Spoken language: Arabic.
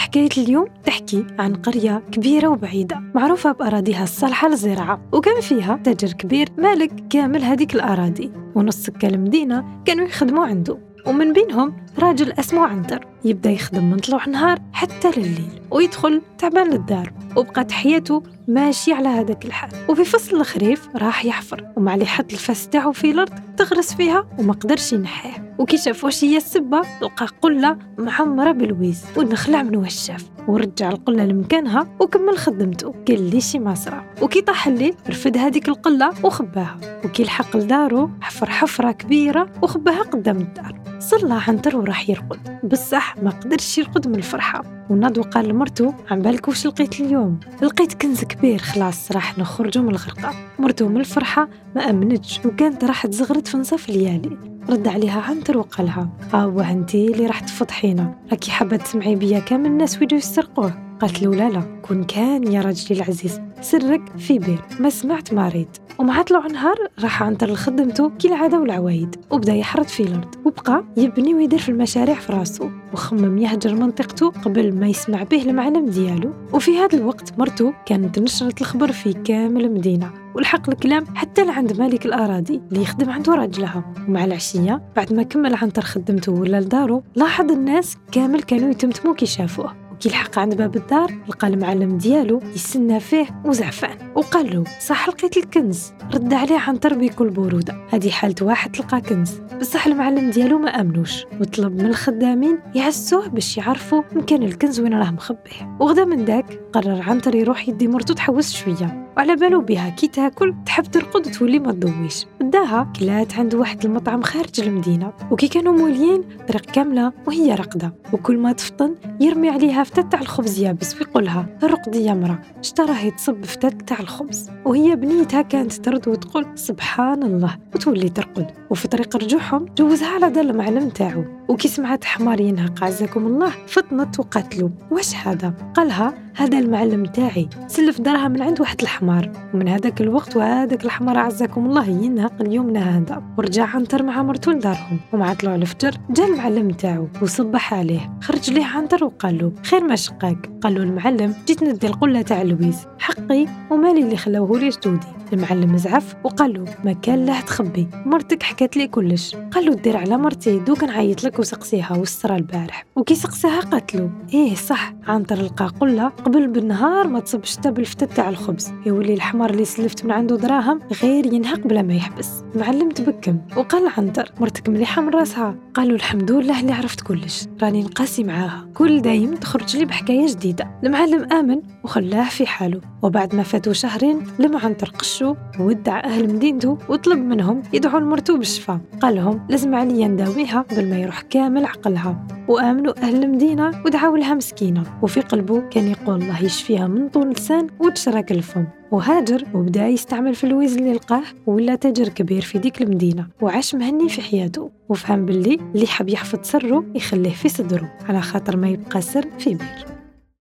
حكاية اليوم تحكي عن قرية كبيرة وبعيدة معروفة بأراضيها الصالحة للزراعة، وكان فيها تاجر كبير مالك كامل هذيك الأراضي، ونص سكان المدينة كانوا يخدموا عنده. ومن بينهم راجل اسمه عنتر يبدأ يخدم من طلوع نهار حتى لليل، ويدخل تعبان للدار، وبقت حياته ماشي على هذاك الحال. وفي فصل الخريف راح يحفر، ومع اللي حط الفاس تاعو في الأرض تغرس فيها وما قدرش ينحيه، وكي شاف واش هي السبة لقى قلة معمرة بالويز والنخلع من واش شاف، ورجع القلة لمكانها وكمل خدمته. قال لي شي ما صرا، وكي طاح الليل رفد هذيك القلة وخباها، وكي لحق لدارو حفر حفرة كبيرة وخباها قدام الدار. صلى عنتر وراح يرقد، بصح ما قدرش يرقد من الفرحة، وناض وقال لمرتو عن بالك واش لقيت اليوم؟ لقيت كنز كبير، خلاص راح نخرجوا من الغرقة. مرتو من الفرحة ما أمنتش، وكانت راح تزغرد في نصف الليالي. رد عليها عنتر وقالها انتي اللي راح تفضحينا، راكي حابة تسمعي بيا كامل الناس ويجوا يسرقوه؟ قالت له لا كون كان يا راجلي العزيز سرك في بير، ما سمعت ما ريت. ومع طلوع نهار راح عنتر لخدمته كالعادة والعوايد، وبدا يحرث في الأرض، وبقى يبني ويدير في المشاريع في راسه، وخمم يهجر منطقته قبل ما يسمع به المعلم ديالو. وفي هذا الوقت مرته كانت نشرت الخبر في كامل المدينة، والحق الكلام حتى لعند مالك الأراضي اللي يخدم عنده راجلها. ومع العشية بعد ما كمل عنتر خدمته ولا لدارو، لاحظ الناس كامل كانوا يتمتموا كي شافوه. كي لحق عند باب الدار لقى المعلم ديالو يستنى فيه وزعفان، وقال له صح لقيت الكنز؟ رد عليه عنتر بكل برودة هذه حالة واحد تلقى كنز. بصح المعلم ديالو ما امنوش، وطلب من الخدامين يعسوه باش يعرفوا مكان الكنز وين راه مخبيه. وغدا من داك قرر عنتر يروح يدي مرتو تحوس شويه، وعلى بالو بها كي تاكل تحب ترقد وتولي ما تضويش. بداها كلات عند واحد المطعم خارج المدينه، وكي كانوا مولين طريق كامله وهي رقده، وكل ما تفطن يرمي عليها فتات تاع الخبز يابس ويقولها رقدي يا مرا. اشتراها تصب فتات تاع الخبز، وهي بنيتها كانت ترد وتقول سبحان الله وتولي ترقد. وفي طريق رجوعهم جوزها على دار المعلم تاعو، وكي سمعت حمار ينهق عزكم الله فطنت وقاتلو. واش هذا؟ قالها هذا المعلم تاعي سلف دارها من عند واحد الحمار، ومن هذاك الوقت وهذاك الحمار عزكم الله ينهق اليومنا هذا. ورجع عنتر مع مرتو لدارهم، ومع طلوع الفجر جا المعلم تاعو وصبح عليه. خرج ليه عنتر وقال له خير ما شقاك؟ قال له المعلم جيت ندي القله تاع اللويز، حقي ومالي اللي خلاوه لي جدودي. المعلم زعف وقال له ما كان له تخبي، مرتك حكت لي كلش. قال له دير على مرتي دوك نعيط لك وسقسيها وسرى البارح. وكي سقسيها قتلو ايه صح عنتر لقى قله قبل بالنهار ما تصبش تاب الفتات تاع الخبز، يولي الحمار اللي سلفت من عنده دراهم غير ينهق بلا ما يحبس. المعلم تبكم وقال عنتر مرتك مليحه من راسها؟ قالوا الحمد لله اللي عرفت كلش، راني نقاسي معاها كل دايم تخرج لي بحكايه جديده. المعلم امن وخلاه في حاله، وبعد ما فاتوا شهرين لما عنتر قشو ودع اهل مدينته وطلب منهم يدعوا لمرتو بالشفاء. قال لهم لازم عليا نداويها قبل ما يروح كامل عقلها. وامنوا اهل المدينه ودعوا لها مسكينه، وفي قلبه كان يقول الله يشفيها من طول لسان وتشرك الفم. وهاجر وبدا يستعمل في الويز اللي لقاه، ولا تاجر كبير في ديك المدينه، وعاش مهني في حياته، وفهم باللي اللي حاب يحفظ سره يخليه في صدره على خاطر ما يبقى سر في بير.